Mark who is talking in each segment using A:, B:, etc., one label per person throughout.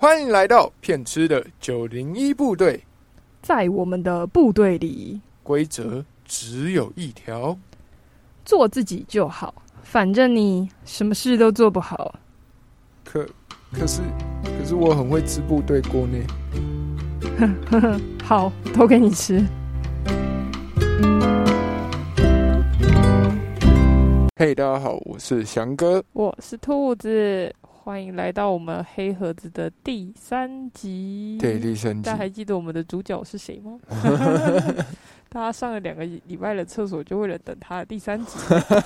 A: 欢迎来到骗吃的901部队。
B: 在我们的部队里，
A: 规则只有一条，
B: 做自己就好，反正你什么事都做不好。
A: 可是我很会吃部队锅呢。
B: 好，都给你吃。
A: 嘿，大家好，我是翔哥，
B: 我是兔子，欢迎来到我们黑盒子的第3集。
A: 对，第3集。
B: 大家还记得我们的主角是谁吗？大家上了2个礼拜的厕所，就为了等他的第3集。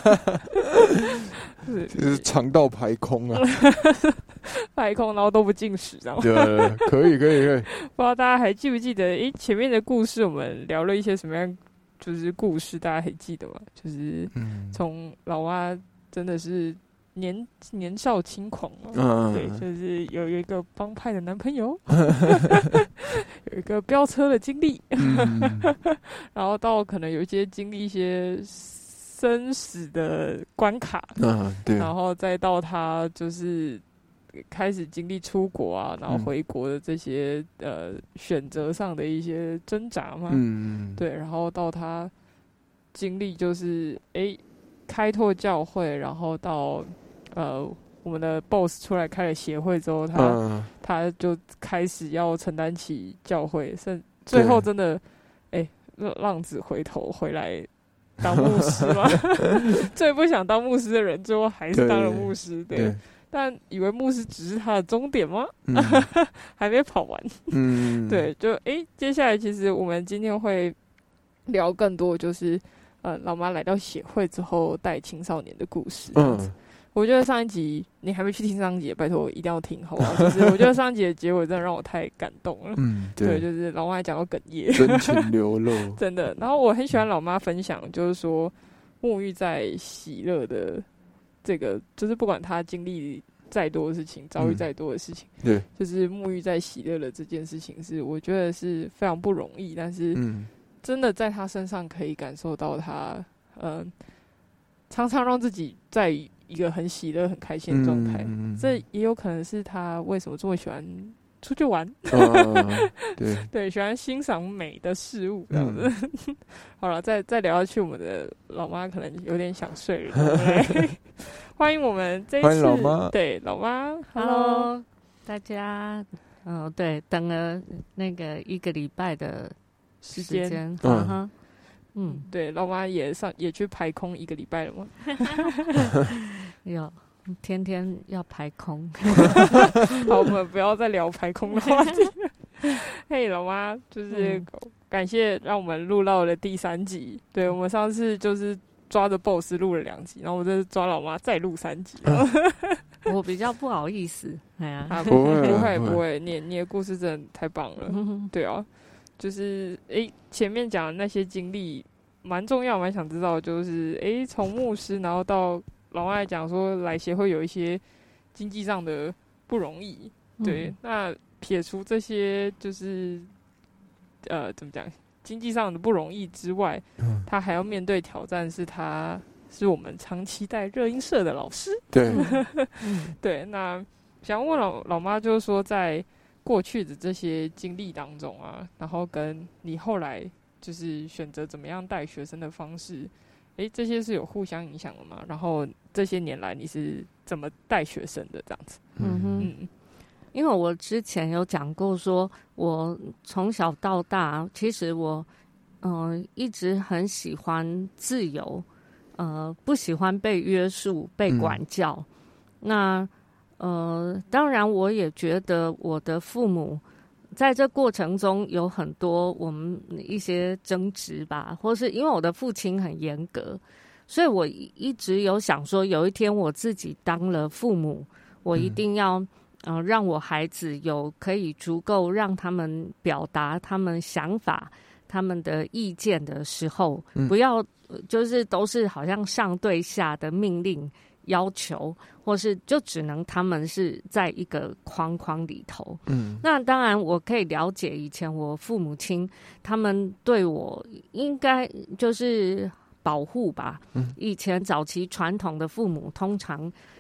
A: 就是肠道排空啊，
B: 排空，然后都不进食，这样。
A: 对，可以。不知
B: 道大家还记不记得？前面的故事我们聊了一些什么样？就是故事，大家还记得吗？就是从老蛙真的是年少轻狂嘛，对，就是有一个帮派的男朋友，有一个飙车的经历，然后到可能有一些经历一些生死的关卡，对，然后再到他就是开始经历出国啊，然后回国的这些选择上的一些挣扎嘛，对，然后到他经历就是开拓教会，然后到我们的 boss 出来开了协会之后，他就开始要承担起教会，最后真的浪子回头回来当牧师嘛，最不想当牧师的人，最后还是当了牧师，对。但以为牧师只是他的终点吗？还没跑完。对，就接下来其实我们今天会聊更多，就是老妈来到协会之后带青少年的故事。我觉得上一集你还没去听上一集，拜托一定要听，好不好？就是我觉得上一集的结尾真的让我太感动了。对，就是老妈还讲到哽咽，
A: 真情流露，
B: 真的。然后我很喜欢老妈分享，就是说沐浴在喜乐的。这个就是不管他经历再多的事情，遭遇再多的事情，对，就是沐浴在喜乐的这件事情，是我觉得是非常不容易，但是真的在他身上可以感受到他，常常让自己在一个很喜乐、很开心的状态。这也有可能是他为什么这么喜欢出去玩，对，喜欢欣赏美的事物这样子。好了，再聊下去，我们的老妈可能有点想睡了。欢迎我们这一次，
A: 欢迎老妈，
B: 对，老妈
C: ，Hello， 大家，对，等了那个1个礼拜的时间，
B: 对，老妈也去排空1个礼拜了吗？
C: 有。天天要排空。
B: 好，我们不要再聊排空的话题。嘿，老妈，就是感谢让我们录到了第3集。对，我们上次就是抓着 boss 录了2集，然后我这次抓老妈再录3集。
C: 我比较不好意思，
B: 不会，你的故事真的太棒了。对啊，就是前面讲的那些经历蛮重要，蛮想知道，就是从牧师然后到。老妈来讲说，来协会有一些经济上的不容易，对。那撇除这些，就是怎么讲，经济上的不容易之外，他还要面对挑战，他是我们长期带热音社的老师，
A: 对，
B: 对。那想问老妈，就是说，在过去的这些经历当中啊，然后跟你后来就是选择怎么样带学生的方式。这些是有互相影响的吗？然后这些年来你是怎么带学生的这样子？
C: 因为我之前有讲过说，我从小到大，其实我一直很喜欢自由，不喜欢被约束、被管教。那当然我也觉得我的父母。在这过程中有很多我们一些争执吧，或是因为我的父亲很严格，所以我一直有想说，有一天我自己当了父母，我一定要让我孩子有可以足够让他们表达他们想法、他们的意见的时候，不要就是都是好像上对下的命令。要求，或是就只能他们是在一个框框里头。那当然我可以了解以前我父母亲他们对我应该就是保护吧。以前早期传统的父母通常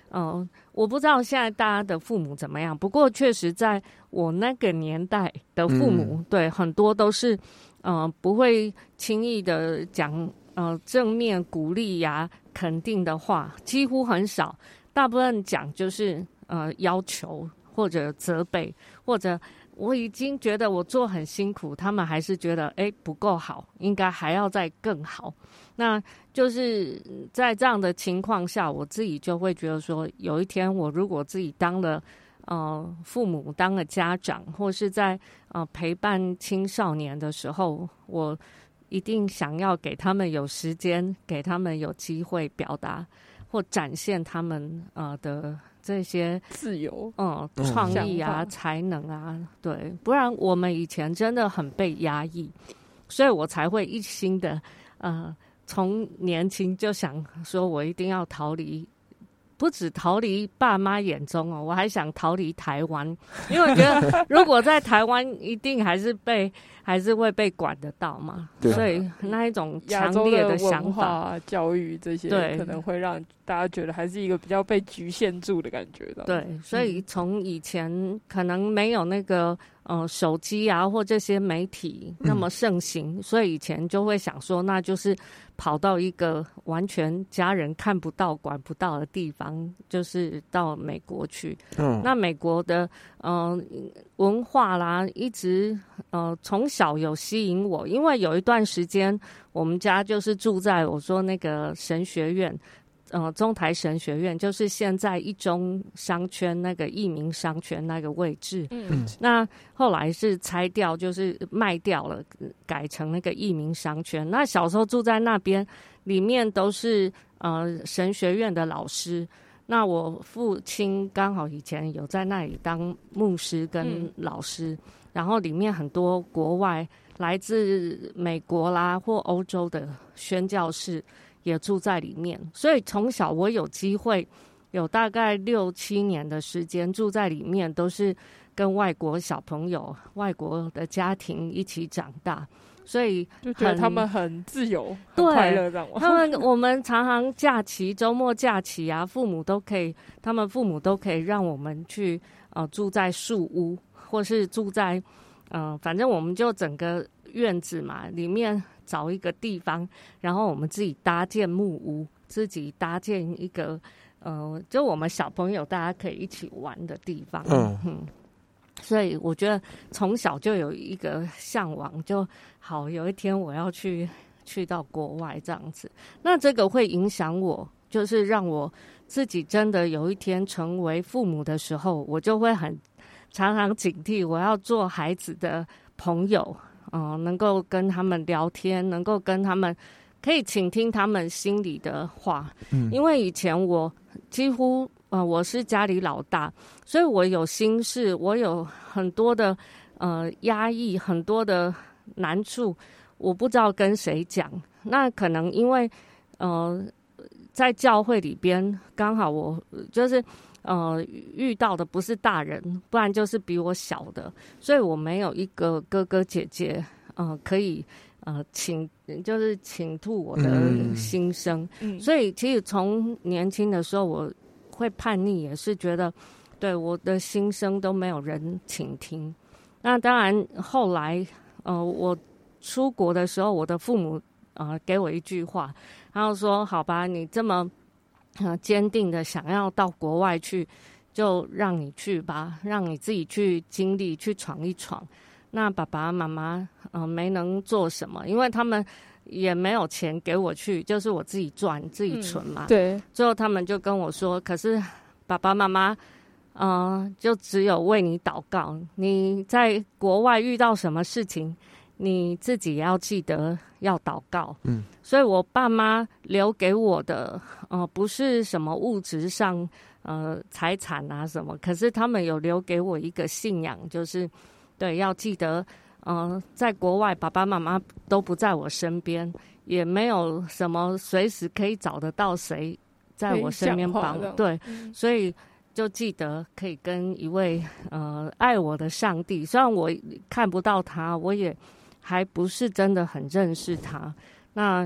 C: 我不知道现在大家的父母怎么样，不过确实在我那个年代的父母，对很多都是不会轻易的讲正面鼓励呀、肯定的话，几乎很少，大部分讲就是要求或者责备，或者我已经觉得我做很辛苦，他们还是觉得不够好，应该还要再更好。那就是在这样的情况下，我自己就会觉得说，有一天我如果自己当了父母，当了家长，或是在陪伴青少年的时候，我一定想要给他们有时间，给他们有机会表达或展现他们的这些
B: 自由
C: 创意啊、才能啊，对，不然我们以前真的很被压抑，所以我才会一心的从年轻就想说我一定要逃离，不止逃离爸妈眼中我还想逃离台湾，因为我觉得如果在台湾一定还是会被管得到嘛，所以那一种强烈的想法，亚洲的文
B: 化、教育这些，
C: 对，
B: 可能会让大家觉得还是一个比较被局限住的感觉的。
C: 对，所以从以前可能没有那个手机啊或这些媒体那么盛行，所以以前就会想说，那就是跑到一个完全家人看不到、管不到的地方，就是到美国去。那美国的文化啦，一直从小有吸引我，因为有一段时间我们家就是住在我说那个神学院。中台神学院就是现在一中商圈那个义民商圈那个位置，那后来是拆掉，就是卖掉了，改成那个义民商圈。那小时候住在那边，里面都是神学院的老师。那我父亲刚好以前有在那里当牧师跟老师，然后里面很多国外来自美国啦或欧洲的宣教士也住在里面，所以从小我有机会有大概6-7年的时间住在里面，都是跟外国小朋友、外国的家庭一起长大，所以
B: 就觉得他们很自由、很快乐，这样吗？
C: 我们常常假期、周末假期啊，他们父母都可以让我们去住在树屋，或是住在反正我们就整个院子嘛，里面找一个地方，然后我们自己搭建木屋，自己搭建一个就我们小朋友大家可以一起玩的地方。所以我觉得从小就有一个向往，就好有一天我要去到国外这样子。那这个会影响我，就是让我自己真的有一天成为父母的时候，我就会常常警惕，我要做孩子的朋友。能够跟他们聊天，能够跟他们可以倾听他们心里的话。因为以前我几乎我是家里老大，所以我有心事，我有很多的压抑，很多的难处，我不知道跟谁讲。那可能因为在教会里边，刚好我就是遇到的不是大人，不然就是比我小的，所以我没有一个哥哥姐姐可以倾吐我的心声。所以其实从年轻的时候我会叛逆，也是觉得对我的心声都没有人倾听。那当然后来我出国的时候，我的父母给我一句话，然后说好吧，你这么坚定的想要到国外去，就让你去吧，让你自己去经历，去闯一闯。那爸爸妈妈没能做什么，因为他们也没有钱给我去，就是我自己赚自己存嘛。
B: 对，
C: 最后他们就跟我说，可是爸爸妈妈就只有为你祷告，你在国外遇到什么事情，你自己要记得要祷告。所以我爸妈留给我的不是什么物质上财产啊什么，可是他们有留给我一个信仰，就是对要记得在国外爸爸妈妈都不在我身边，也没有什么随时可以找得到谁在我身边帮，对，所以就记得可以跟一位爱我的上帝，虽然我看不到他，我也还不是真的很认识他，那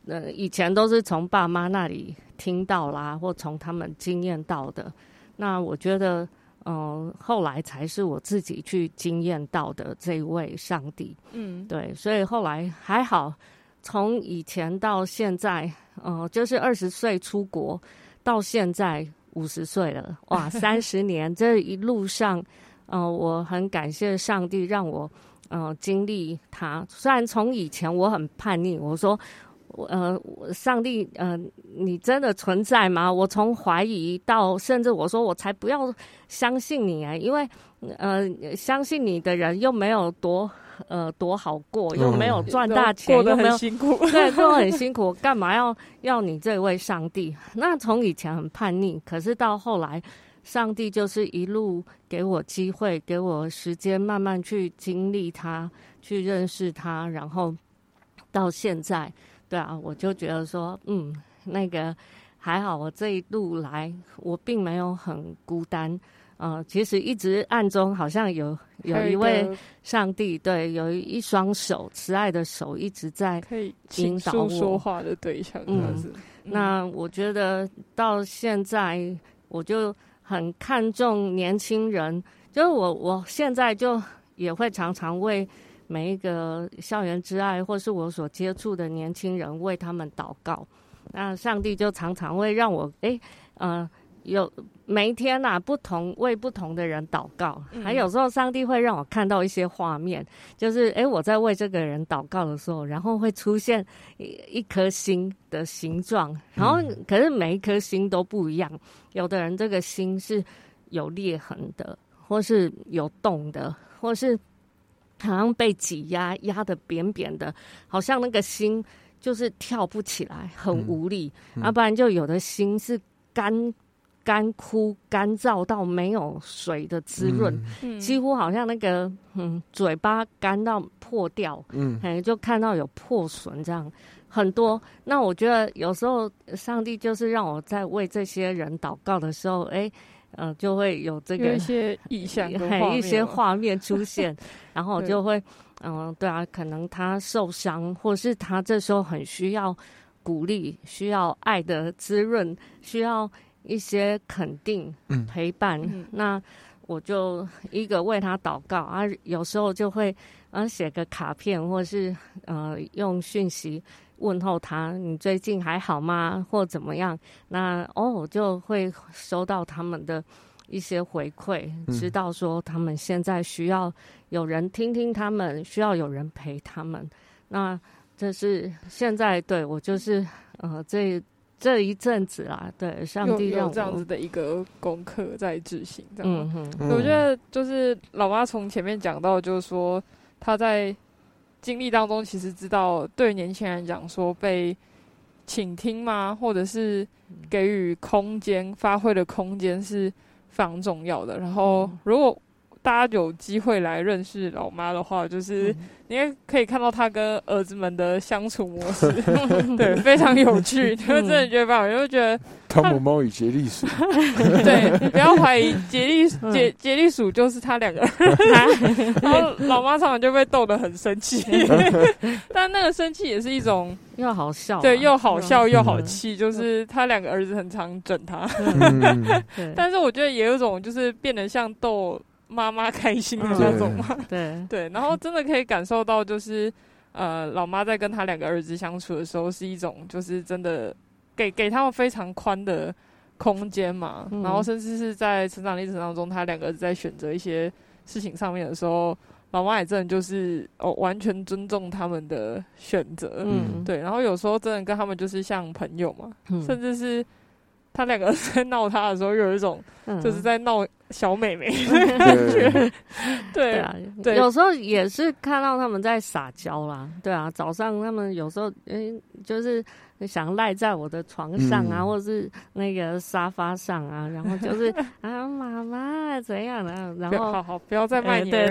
C: 以前都是从爸妈那里听到啦，或从他们经验到的。那我觉得，后来才是我自己去经验到的这一位上帝。对，所以后来还好，从以前到现在，就是20岁出国，到现在50岁了，哇，30年这一路上，我很感谢上帝让我经历他。虽然从以前我很叛逆，我说上帝，你真的存在吗？我从怀疑到甚至我说我才不要相信你因为相信你的人又没有多好过，又没有赚大钱，
B: 过得很辛苦，
C: 对，过得很辛苦，干嘛要你这位上帝？那从以前很叛逆，可是到后来，上帝就是一路给我机会，给我时间，慢慢去经历他，去认识他，然后到现在。对啊，我就觉得说，那个还好，我这一路来，我并没有很孤单。其实一直暗中好像有一位上帝，对，有一双手，慈爱的手一直在引导我
B: 说话的对象。
C: 那我觉得到现在，我就很看重年轻人，就是我现在就也会常常为每一个校园之爱或是我所接触的年轻人为他们祷告。那上帝就常常会让我有每一天为不同的人祷告，还有时候上帝会让我看到一些画面，就是我在为这个人祷告的时候，然后会出现一颗心的形状，然后可是每一颗心都不一样，有的人这个心是有裂痕的，或是有洞的，或是好像被挤压得扁扁的，好像那个心就是跳不起来，很无力。要不然就有的心是干枯干燥到没有水的滋润，几乎好像那个嘴巴干到破掉，就看到有破损这样很多。那我觉得有时候上帝就是让我在为这些人祷告的时候，就会有这个
B: 有一些意象跟画面，
C: 一些画面出现，然后我就会对啊，可能他受伤，或是他这时候很需要鼓励，需要爱的滋润，需要一些肯定陪伴，那我就一个为他祷告啊，有时候就会写个卡片，或是用讯息问候他，你最近还好吗？或怎么样？那我就会收到他们的一些回馈，知道说他们现在需要有人听听他们，需要有人陪他们。那这是现在对我就是这一阵子啦，对，上帝让我
B: 有这样子的一个功课在执行，这样。我觉得就是老妈从前面讲到，就是说她在经历当中，其实知道对年轻人讲说被倾听吗，或者是给予空间、发挥的空间是非常重要的。然后，如果大家有机会来认识老妈的话，就是你也可以看到她跟儿子们的相处模式，对，非常有趣。就真的觉得吧，我就觉得
A: 汤姆猫与杰利鼠，
B: 对，不要怀疑杰利鼠就是他两个人，然后老妈常常就被逗得很生气，但那个生气也是一种
C: 又好笑，
B: 对，又好笑又好气，就是他两个儿子很常整他，但是我觉得也有一种就是变得像逗妈妈开心的那种嘛，对，然后真的可以感受到，就是老妈在跟他两个儿子相处的时候，是一种就是真的给他们非常宽的空间嘛，然后甚至是在成长历程当中，他两个儿子在选择一些事情上面的时候，老妈也真的就是完全尊重他们的选择，对，然后有时候真的跟他们就是像朋友嘛，甚至是他两个儿子在闹他的时候，又有一种就是在闹小妹妹的感觉，对啊，对，
C: 有时候也是看到他们在撒娇啦，对啊，早上他们有时候就是想赖在我的床上啊，或者是那个沙发上啊，然后就是啊妈妈怎样的，然后
B: 好不要再卖你
C: 对，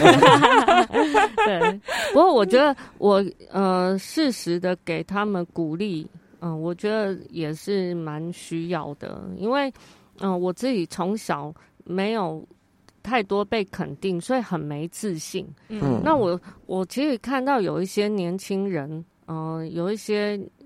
C: 不过我觉得我适时的给他们鼓励。我觉得也是蛮需要的，因为我自己从小没有太多被肯定，所以很没自信。那我其实看到有一些年轻人，有一些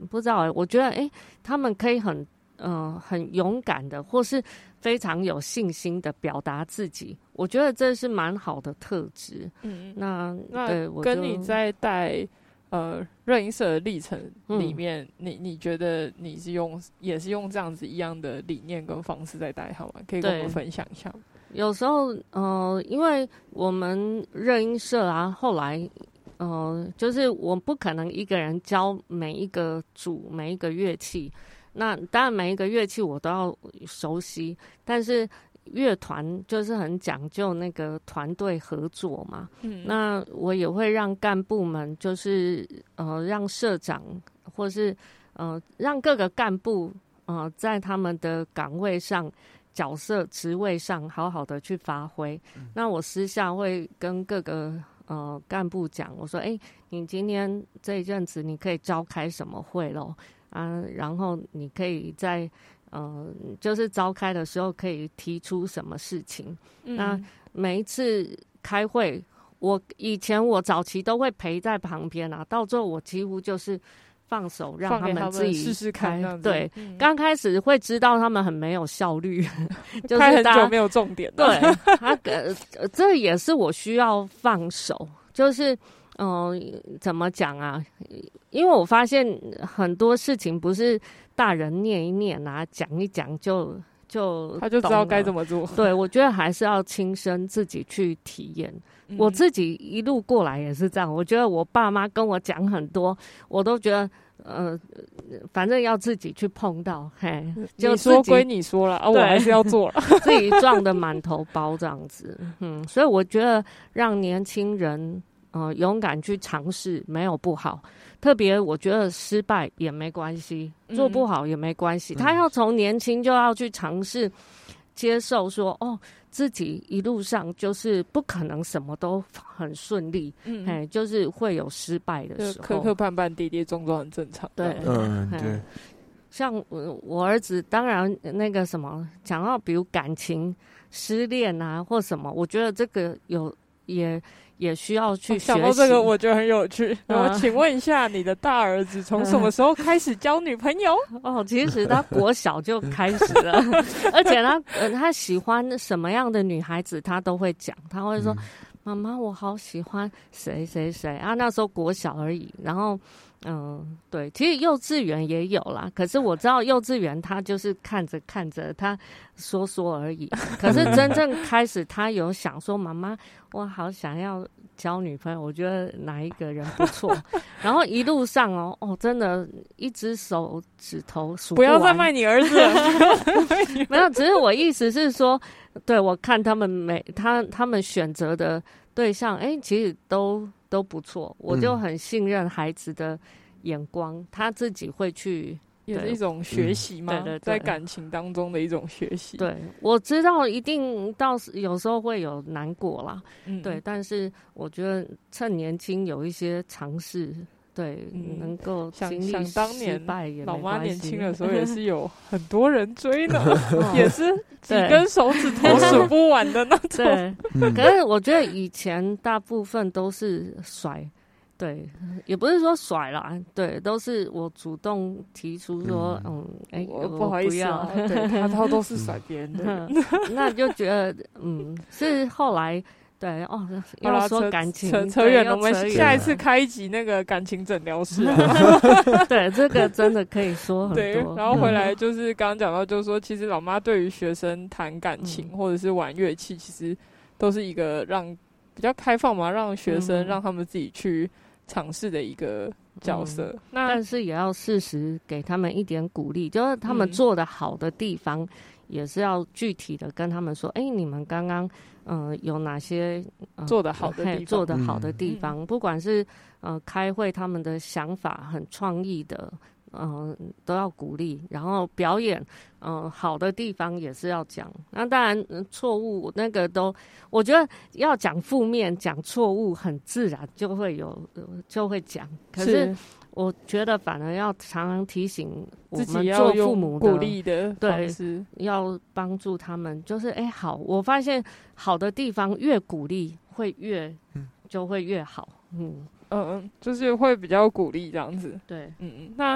C: 不知道我觉得他们可以很勇敢的，或是非常有信心的表达自己，我觉得这是蛮好的特质。那对我
B: 跟你在带热音社的历程里面，你觉得你是也是用这样子一样的理念跟方式在带好吗？可以跟我们分享一下吗？
C: 有时候因为我们热音社啊，后来就是我不可能一个人教每一个组每一个乐器，那当然每一个乐器我都要熟悉，但是乐团就是很讲究那个团队合作嘛。那我也会让干部们，就是让社长或是让各个干部在他们的岗位上、角色职位上好好的去发挥。那我私下会跟各个干部讲，我说你今天这一阵子你可以召开什么会咯然后你可以在就是召开的时候可以提出什么事情。那每一次开会，以前我早期都会陪在旁边啊，到最后我几乎就是放手让他们自己
B: 试试看。
C: 对，刚开始会知道他们很没有效率，就是
B: 开很久没有重点。
C: 对，这也是我需要放手，就是怎么讲啊？因为我发现很多事情不是大人念一念啊，讲一讲就
B: 他就知道该怎么做。
C: 对，我觉得还是要亲身自己去体验。我自己一路过来也是这样，我觉得我爸妈跟我讲很多，我都觉得反正要自己去碰到。就
B: 你说归你说了我还是要做了，
C: 自己撞得满头包这样子。所以我觉得让年轻人勇敢去尝试没有不好，特别我觉得失败也没关系，做不好也没关系。他要从年轻就要去尝试接受说自己一路上就是不可能什么都很顺利，就是会有失败的时候，
B: 磕磕绊绊跌跌撞撞很正常。
C: 对，
A: 对。
C: 像我儿子，当然那个什么讲到比如感情失恋啊或什么，我觉得这个也需要去学习。
B: 想到这个我觉得很有趣。我请问一下，你的大儿子从什么时候开始交女朋友？
C: 其实他国小就开始了，而且他喜欢什么样的女孩子他都会讲，他会说妈妈我好喜欢谁谁谁啊，那时候国小而已。然后对，其实幼稚园也有啦，可是我知道幼稚园他就是看着看着他说而已，可是真正开始他有想说妈妈我好想要交女朋友，我觉得哪一个人不错。然后一路上真的一只手指头数不完。
B: 不要再卖你儿子了。
C: 没有，只是我意思是说，对，我看他们选择的对象其实都不错，我就很信任孩子的眼光，他自己会去，
B: 也是一种学习嘛。
C: 对，
B: 在感情当中的一种学习。
C: 对，我知道一定有时候会有难过啦，对，但是我觉得趁年轻有一些尝试，对，能够经历
B: 想当年
C: 失败也没关系。
B: 老妈年轻的时候也是有很多人追呢，也是几根手指头数不完的那种。
C: 对，可是我觉得以前大部分都是甩，对，也不是说甩啦，对，都是我主动提出说，
B: 我不好意思啊，对，他都是甩别人的，
C: 那就觉得，是后来。对要说感情
B: 扯远了，我们下一次开一集那个感情诊疗室。
C: 对，这个真的可以说很多。
B: 对，然后回来就是刚刚讲到，就是说，其实老妈对于学生谈感情或者是玩乐器，其实都是一个比较开放嘛，让学生让他们自己去尝试的一个角色。
C: 但是也要适时给他们一点鼓励，就是他们做的好的地方，也是要具体的跟他们说，你们刚刚有哪些
B: 做得好的地方，
C: 不管是开会他们的想法很创意的，都要鼓励，然后表演好的地方也是要讲。那当然错误那个我觉得要讲负面讲错误很自然就会讲，可是我觉得反而要常常提醒我们做父母的，
B: 鼓励的方式，
C: 要帮助他们。就是好，我发现好的地方越鼓励，就会越好。就是
B: 会比较鼓励这样子。
C: 对，
B: 那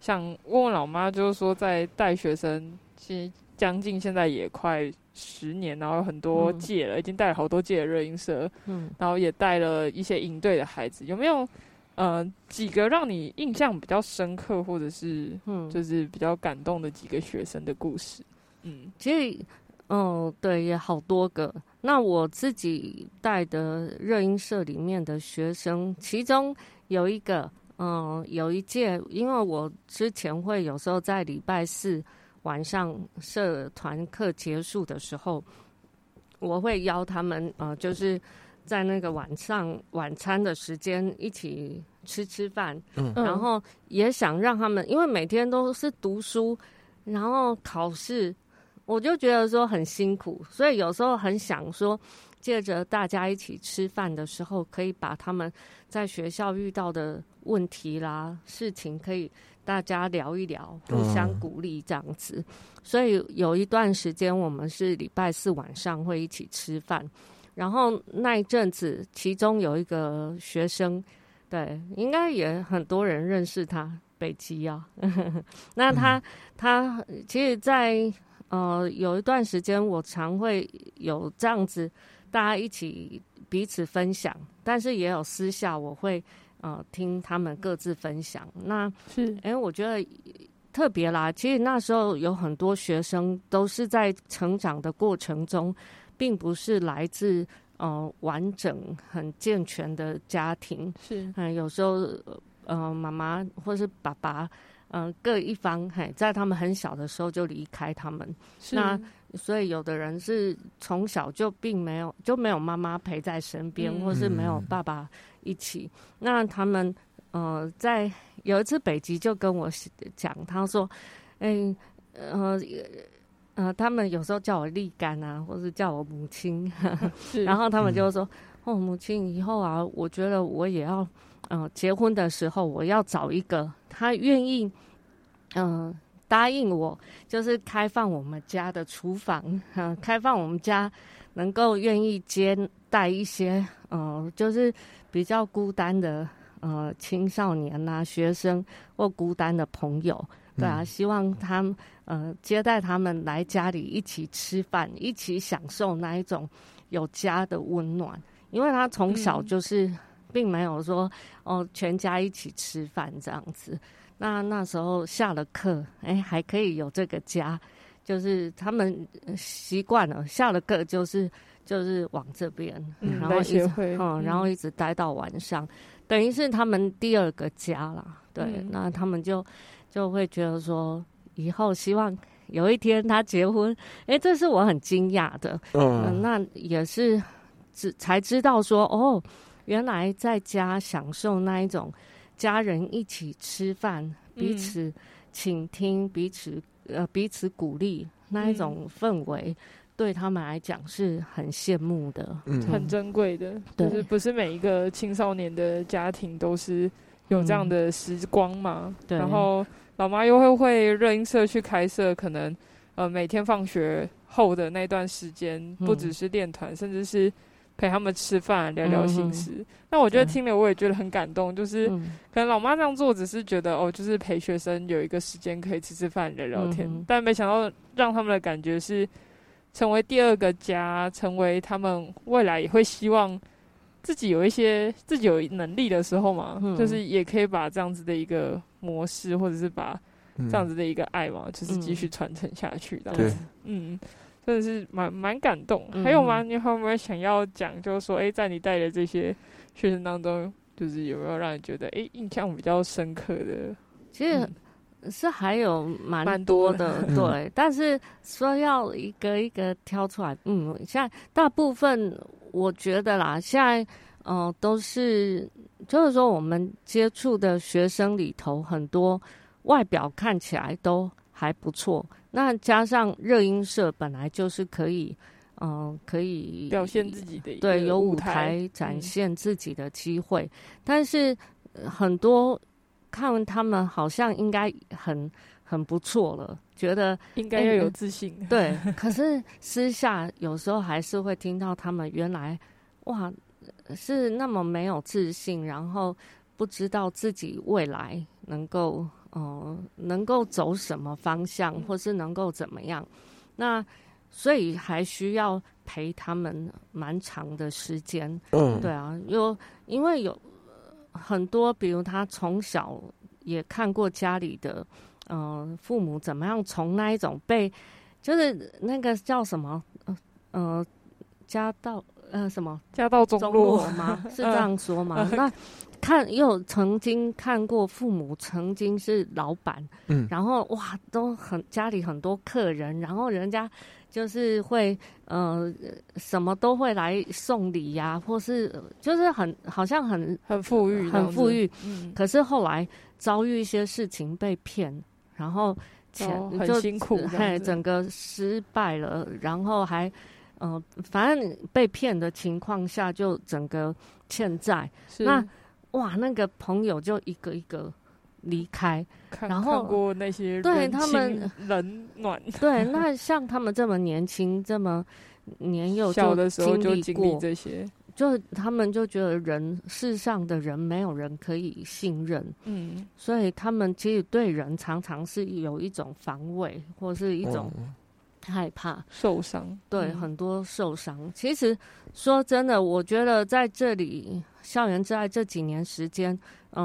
B: 想问问老妈，就是说在带学生，其实将近现在也快10年，然后有很多届了，已经带了好多届的热音社，然后也带了一些营队的孩子，有没有几个让你印象比较深刻，或者是就是比较感动的几个学生的故事？
C: 其实对，也好多个。那我自己带的热音社里面的学生，其中有一个有一届，因为我之前会有时候在礼拜4晚上社团课结束的时候，我会邀他们就是在那个晚餐的时间一起吃饭，然后也想让他们，因为每天都是读书，然后考试，我就觉得说很辛苦，所以有时候很想说，借着大家一起吃饭的时候，可以把他们在学校遇到的问题啦、事情，可以大家聊一聊，互相鼓励这样子。所以有一段时间，我们是礼拜4晚上会一起吃饭。然后那一阵子，其中有一个学生，对，应该也很多人认识他，北基啊。那他其实在有一段时间，我常会有这样子，大家一起彼此分享，但是也有私下我会听他们各自分享。那是我觉得特别啦。其实那时候有很多学生都是在成长的过程中，并不是来自完整很健全的家庭，是有时候妈妈或是爸爸各一方在他们很小的时候就离开他们，那所以有的人是从小就没有妈妈陪在身边，或是没有爸爸一起。那他们在有一次北极就跟我讲，他说他们有时候叫我立干啊，或是叫我母亲，然后他们就说母亲以后啊，我觉得我也要结婚的时候我要找一个他愿意答应我，就是开放我们家的厨房，开放我们家能够愿意接待一些就是比较孤单的青少年啊、学生或孤单的朋友。对啊，希望他们接待他们来家里一起吃饭，一起享受那一种有家的温暖。因为他从小就是并没有说全家一起吃饭这样子。那时候下了课，还可以有这个家，就是他们习惯了下了课就是往这边，然后然后一直待到晚上，等于是他们第二个家啦。对，那他们就会觉得说，以后希望有一天他结婚，这是我很惊讶的。那也是才知道说，原来在家享受那一种家人一起吃饭，彼此倾听，彼此鼓励那一种氛围，对他们来讲是很羡慕的，
B: 很珍贵的。就是不是每一个青少年的家庭都是有这样的时光嘛？然后老妈又会热音社去开设，可能每天放学后的那段时间，不只是练团，甚至是陪他们吃饭聊聊心事。那我觉得听了我也觉得很感动，就是可能老妈这样做只是觉得就是陪学生有一个时间可以吃吃饭聊聊天，但没想到让他们的感觉是成为第二个家，成为他们未来也会希望自己有能力的时候嘛，就是也可以把这样子的一个模式，或者是把这样子的一个爱嘛，就是继续传承下去这样子。真的是蛮感动。还有吗？你有没有想要讲，就是说，在你带的这些学生当中，就是有没有让你觉得印象比较深刻的？
C: 其实是还有蛮多的，对。但是说要一个一个挑出来，现在大部分我觉得啦，现在都是就是说我们接触的学生里头，很多外表看起来都还不错。那加上热音社本来就是可以
B: 表现自己的一个
C: 对，有舞台展现自己的机会，但是很多看他们好像应该很不错了，觉得
B: 应该要有自信。
C: 对，可是私下有时候还是会听到他们原来是那么没有自信，然后不知道自己未来能够能够走什么方向，或是能够怎么样。那所以还需要陪他们蛮长的时间。对啊，因为有很多，比如他从小也看过家里的父母怎么样从那一种就是那个叫什么家道中落吗？是这样说吗？那又曾经看过父母曾经是老板，然后哇都家里很多客人，然后人家就是会什么都会来送礼呀，或是就是好像很
B: 富裕，
C: 可是后来遭遇一些事情被骗，然后
B: 很辛苦，
C: 整个失败了，然后还反正被骗的情况下就整个欠债。那哇，那个朋友就一个一个离开，然后
B: 看过那些
C: 对他们
B: 冷暖，
C: 对，那像他们这么年轻这么年幼
B: 小的时候就经历这些，
C: 就他们就觉得世上的人没有人可以信任，所以他们其实对人常常是有一种防卫或是一种害怕
B: 受伤，
C: 对，很多受伤。其实说真的，我觉得在这里校园之爱这几年时间，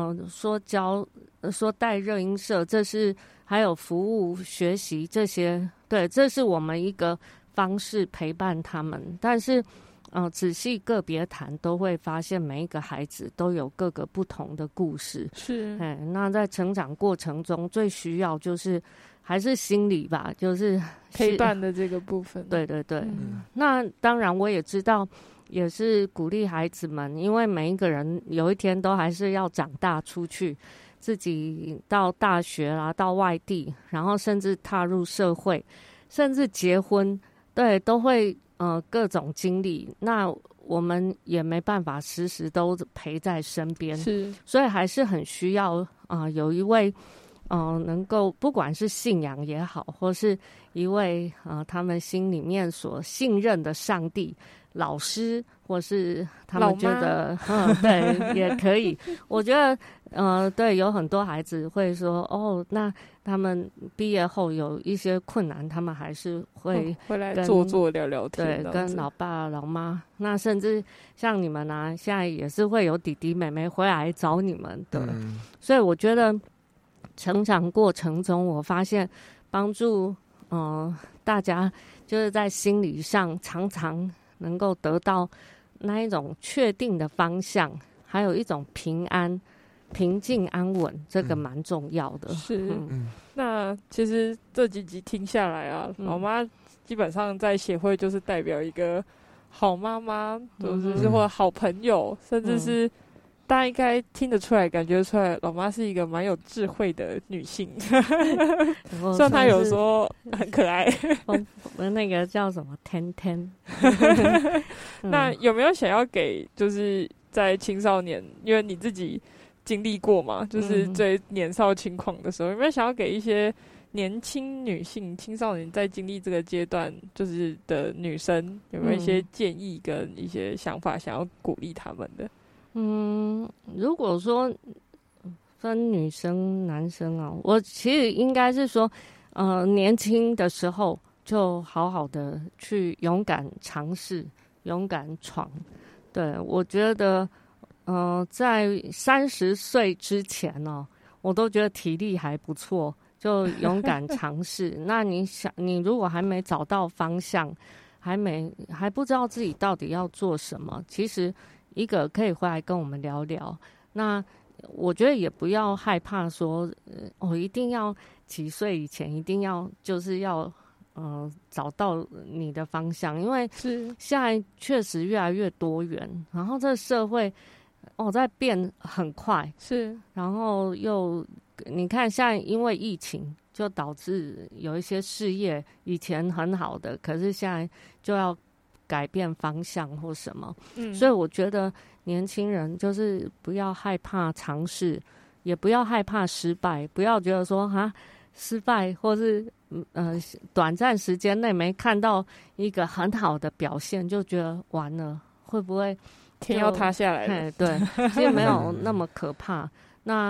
C: 说带热音社，这是还有服务学习这些，对，这是我们一个方式陪伴他们。但是仔细个别谈，都会发现每一个孩子都有各个不同的故事。
B: 是，
C: 那在成长过程中，最需要就是还是心理吧，就是
B: 陪伴的这个部分。
C: 对对对，那当然我也知道，也是鼓励孩子们，因为每一个人有一天都还是要长大出去，自己到大学啦，到外地，然后甚至踏入社会，甚至结婚，对，都会各种经历。那我们也没办法时时都陪在身边，
B: 是，
C: 所以还是很需要有一位能够不管是信仰也好，或是一位他们心里面所信任的上帝、老师，或是他们觉得对也可以。我觉得对，有很多孩子会说那他们毕业后有一些困难，他们还是会
B: 来坐聊聊天，
C: 对，跟老爸老妈，那甚至像你们现在也是会有弟弟妹妹回来找你们的，所以我觉得成长过程中，我发现帮助大家就是在心理上常常能够得到那一种确定的方向，还有一种平静安稳，这个蛮重要的。
B: 是，那其实这几集听下来啊，老妈基本上在协会就是代表一个好妈妈，就是或好朋友，甚至是大家应该听得出来、感觉出来，老妈是一个蛮有智慧的女性。虽然她有说很可爱，
C: 那个叫什么天天。
B: 那有没有想要给就是在青少年，因为你自己经历过嘛，就是最年少轻狂的时候，有没有想要给一些年轻女性、青少年在经历这个阶段就是的女生，有没有一些建议跟一些想法想要鼓励他们的？
C: 如果说分女生男生我其实应该是说年轻的时候就好好的去勇敢尝试，勇敢闯。对，我觉得在30岁之前我都觉得体力还不错，就勇敢尝试。那你如果还没找到方向，还不知道自己到底要做什么，其实一个可以回来跟我们聊聊。那我觉得也不要害怕说一定要几岁以前一定要就是要找到你的方向，因为现在确实越来越多元，然后这个社会在变很快，
B: 是，
C: 然后又你看现在因为疫情就导致有一些事业以前很好的，可是现在就要改变方向或什么，所以我觉得年轻人就是不要害怕尝试，也不要害怕失败，不要觉得说失败或是短暂时间内没看到一个很好的表现就觉得完了，会不会
B: 天要塌下来了？
C: 对，其实没有那么可怕。那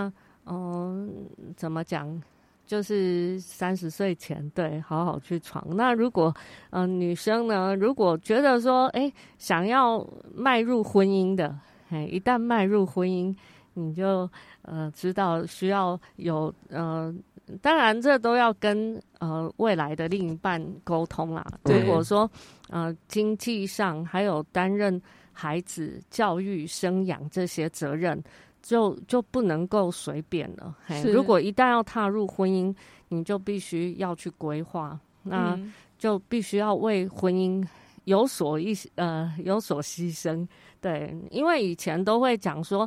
C: 怎么讲？就是30岁前，对，好好去闯。那如果女生呢，如果觉得说，想要迈入婚姻的，一旦迈入婚姻，你就知道需要有当然这都要跟未来的另一半沟通啦。如果说经济上还有担任孩子教育生养这些责任，就不能够随便了。如果一旦要踏入婚姻，你就必须要去规划，那就必须要为婚姻有所牺牲。对，因为以前都会讲说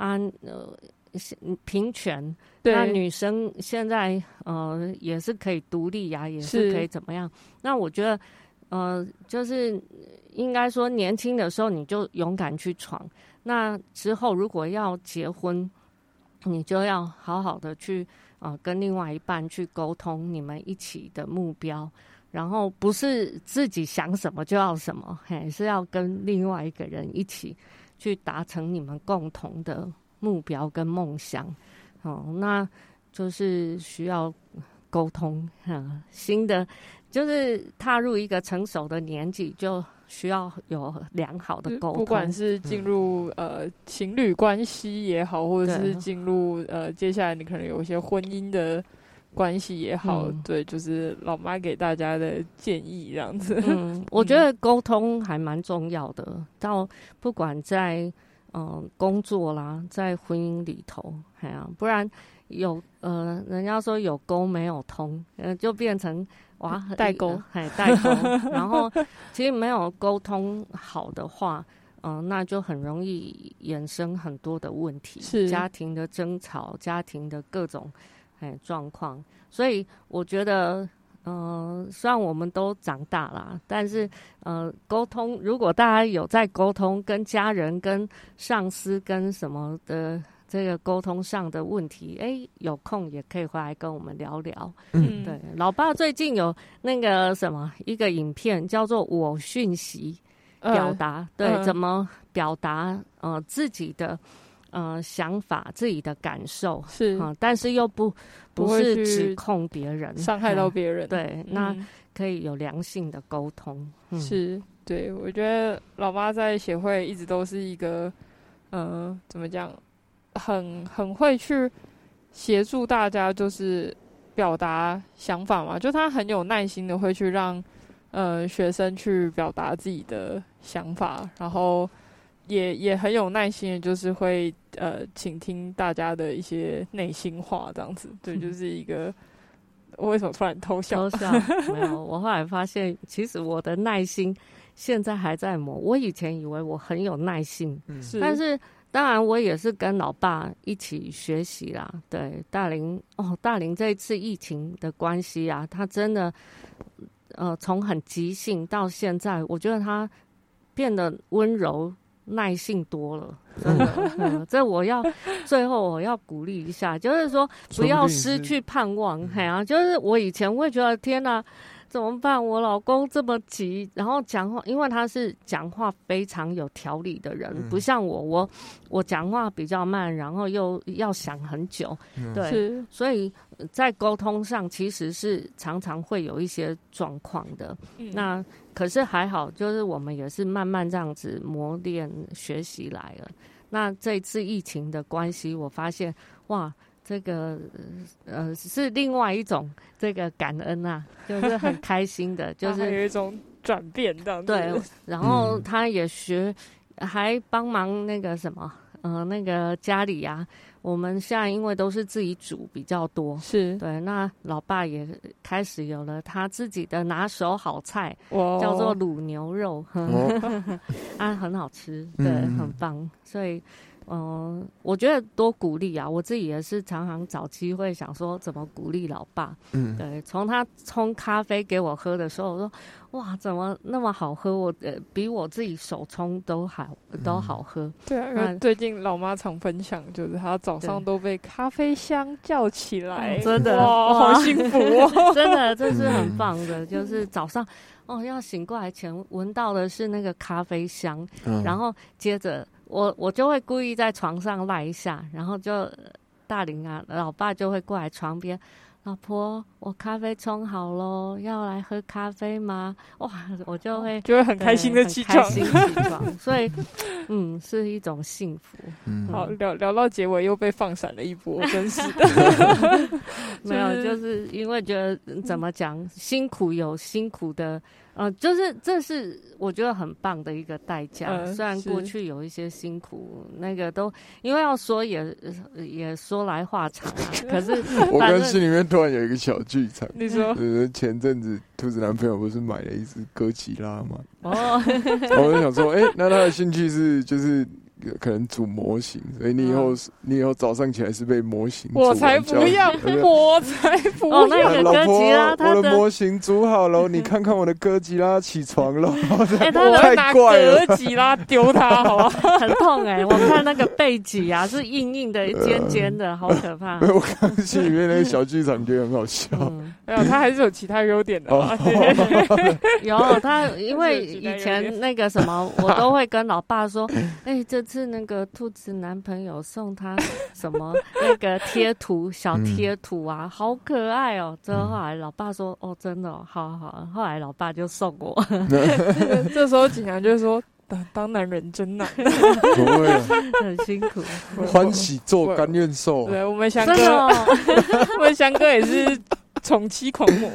C: 平权，那女生现在也是可以独立呀，也是可以怎么样？那我觉得就是应该说年轻的时候你就勇敢去闯。那之后如果要结婚，你就要好好的去跟另外一半去沟通你们一起的目标，然后不是自己想什么就要什么，是要跟另外一个人一起去达成你们共同的目标跟梦想。那就是需要沟通。新的就是踏入一个成熟的年纪，就需要有良好的沟通，
B: 不管是进入情侣关系也好，或者是进入接下来你可能有一些婚姻的关系也好，对，就是老妈给大家的建议这样子。
C: 我觉得沟通还蛮重要的，到不管在工作啦，在婚姻里头，不然人家说有沟没有通，就变成
B: 代沟，
C: 代沟。然后其实没有沟通好的话，那就很容易衍生很多的问题，家庭的争吵，家庭的各种状况。所以我觉得虽然我们都长大啦，但是沟通，如果大家有在沟通，跟家人、跟上司、跟什么的这个沟通上的问题，有空也可以回来跟我们聊聊。对，老爸最近有那个一个影片叫做我讯息表达，对，怎么表达自己的想法、自己的感受，但是又不是指控别人、
B: 伤害到别人。
C: 对，那可以有良性的沟通。
B: 对，我觉得老妈在协会一直都是一个怎么讲，很会去协助大家，就是表达想法嘛，就他很有耐心的会去让学生去表达自己的想法，然后也很有耐心的，就是会倾听大家的一些内心话这样子。对，就是一个我为什么突然偷笑？
C: 没有，我后来发现其实我的耐心现在还在磨。我以前以为我很有耐心，但是当然我也是跟老爸一起学习啦。对，大林这一次疫情的关系啊，他真的从很急性到现在，我觉得他变得温柔耐性多了，真的。这最后我要鼓励一下，就是说不要失去盼望。就是我以前会觉得天哪，怎么办？我老公这么急，然后讲话，因为他是讲话非常有条理的人，不像我讲话比较慢，然后又要想很久，对，所以在沟通上其实是常常会有一些状况的。那可是还好，就是我们也是慢慢这样子磨练学习来了。那这一次疫情的关系，我发现哇，这个是另外一种这个感恩啊，就是很开心的，就是
B: 有一种转变这样子。
C: 对，然后他也还帮忙那个那个家里啊，我们现在因为都是自己煮比较多，对，那老爸也开始有了他自己的拿手好菜，叫做卤牛肉，很好吃，对，很棒，所以我觉得多鼓励啊！我自己也是常常找机会想说怎么鼓励老爸。对，从他冲咖啡给我喝的时候，我说哇，怎么那么好喝？比我自己手冲都好喝。
B: 对啊，因为最近老妈常分享，就是她早上都被咖啡香叫起来，
C: 真的
B: 哇，好幸福哦！
C: 真的，这是很棒的，就是早上要醒过来前闻到的是那个咖啡香，然后接着。我就会故意在床上赖一下，然后就大龄啊，老爸就会过来床边。老婆，我咖啡冲好咯，要来喝咖啡吗？哇，我就会
B: 很开心的起床，
C: 所以，是一种幸福。
B: 好，聊到结尾又被放闪了一波，真是的。
C: 没有，就是因为觉得怎么讲，辛苦有辛苦的。就是这是我觉得很棒的一个代价。虽然过去有一些辛苦，那个都因为要说也说来话长啊。可是
A: 我跟心里面突然有一个小剧场。
B: 你说，
A: 前阵子兔子男朋友不是买了一只哥吉拉吗？
C: 我
A: 就想说，那他的兴趣是就是可能组模型，所以你以后早上起来是被模型组。
B: 我才不要，我才不要。
C: 那个哥吉拉，
A: 我的模型组好了，你看看我的哥吉拉起床了。
B: 他拿哥吉拉丢他，好吧？
C: 很痛我看那个背脊啊，是硬硬的、尖尖的，好可怕。
A: 我刚心里面那个小剧场觉得很好笑。
B: 没有，他还是有其他优点的。
C: 有他，因为以前那个什么，我都会跟老爸说，这次那个兔子男朋友送他什么那个贴图小贴图啊，好可爱哦。之后来老爸说，真的好好。后来老爸就送我。
B: 这时候景阳就说，当男人真难。
A: 不会
C: 很辛苦。
A: 欢喜做甘愿受。
B: 对，我们翔哥，我们翔哥也是宠妻狂魔。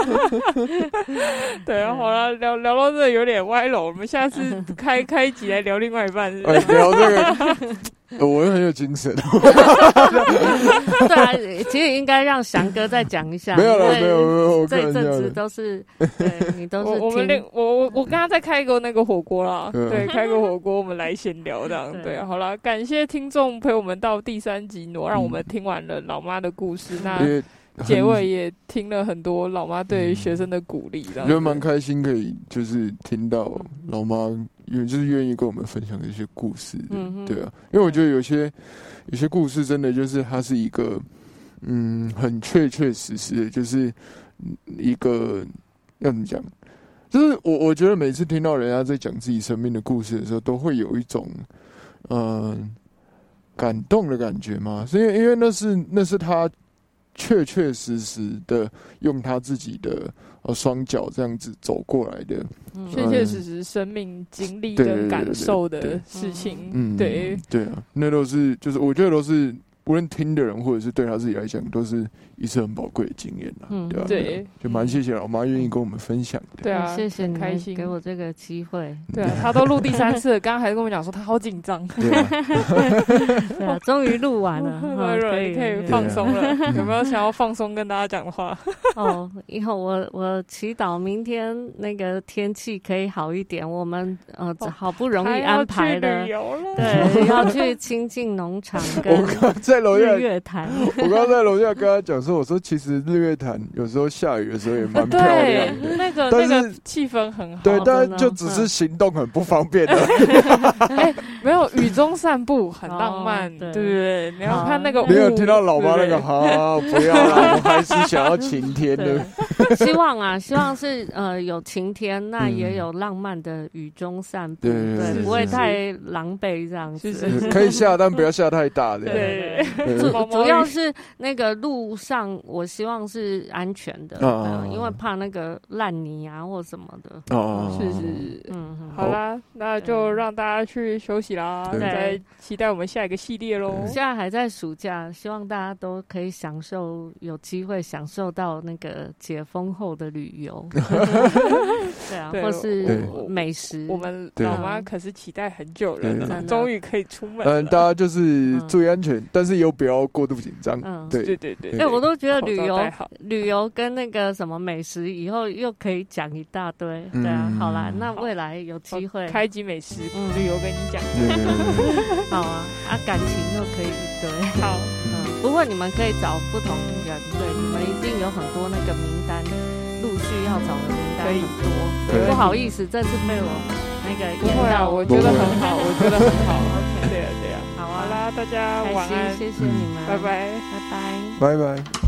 B: 对啊，好了，聊到这有点歪了，我们下次开一集来聊另外一半。
A: 聊这个，我又很有精神。
C: 对啊，其实应该让翔哥再讲一下。
A: 没有，
C: 这一阵子都是对你都是
B: 我跟他再开一个那个火锅啦。对，开个火锅我们来闲聊这样。对，好了，感谢听众陪我们到第3集，让我们听完了老妈的故事。那结尾也听了很多老妈对学生的鼓励，我
A: 觉得蛮开心，可以就是听到老妈就是愿意跟我们分享这些故事的。对啊，因为我觉得有些故事真的就是它是一个很确实的，就是一个要怎么讲，就是我觉得每次听到人家在讲自己生命的故事的时候，都会有一种感动的感觉嘛，是因为那是他确实的用他自己的双脚这样子走过来的，
B: 确实生命经历跟感受的事情。对
A: 啊，那都是就是我觉得都是无论听的人或者是对他自己来讲，都是一次很宝贵的经验啦。对啊，
B: 对，
A: 就蛮谢谢老妈愿意跟我们分享的。
B: 对啊，
C: 谢谢你
B: 开心
C: 给我这个机会。
B: 对啊，他都录第3次了，刚刚还跟我讲说他好紧张。
A: 对
C: 啊，终于录完了，
B: 可以放松了。有没有想要放松跟大家讲的话？
C: 以后我祈祷明天那个天气可以好一点。我们好不容易安排的，对，要去清境农场跟日月潭。
A: 我刚刚在楼下跟他讲说，我说其实日月潭有时候下雨的时候也蛮漂亮的，
B: 那个气氛很好。
A: 对，但就只是行动很不方便的。
B: 没有雨中散步很浪漫，对不对？你要看那个雾。
A: 没有听到老妈那个好，不要啦，我还是想要晴天的。
C: 希望是有晴天，那也有浪漫的雨中散步，对，不会太狼狈这样子。
A: 可以下，但不要下太大的。
B: 对，
C: 主要是那个路上，我希望是安全的，因为怕那个烂泥啊或什么的。
B: 是，好啦，那就让大家去休息啦，再期待我们下一个系列咯。
C: 现在还在暑假，希望大家都可以有机会享受到那个解封后的旅游。对啊，或是美食。
B: 我们老妈可是期待很久了，终于可以出门了。
A: 大家就是注意安全，但是又不要过度紧张。
B: 对，
C: 我都觉得旅游跟那个什么美食以后又可以讲一大堆。对啊，好啦，那未来有机会
B: 开集美食旅游跟你讲。
C: 好啊，感情又可以一堆。
B: 好，
C: 不过你们可以找不同人，对，你们一定有很多那个名单，陆续要找的名单很多。不好意思，这次被我那个
B: 不会啊，我觉得很好，我觉得很好。对啊，好啦，大家晚安，
C: 谢谢你们，
B: 拜拜，
A: 拜拜。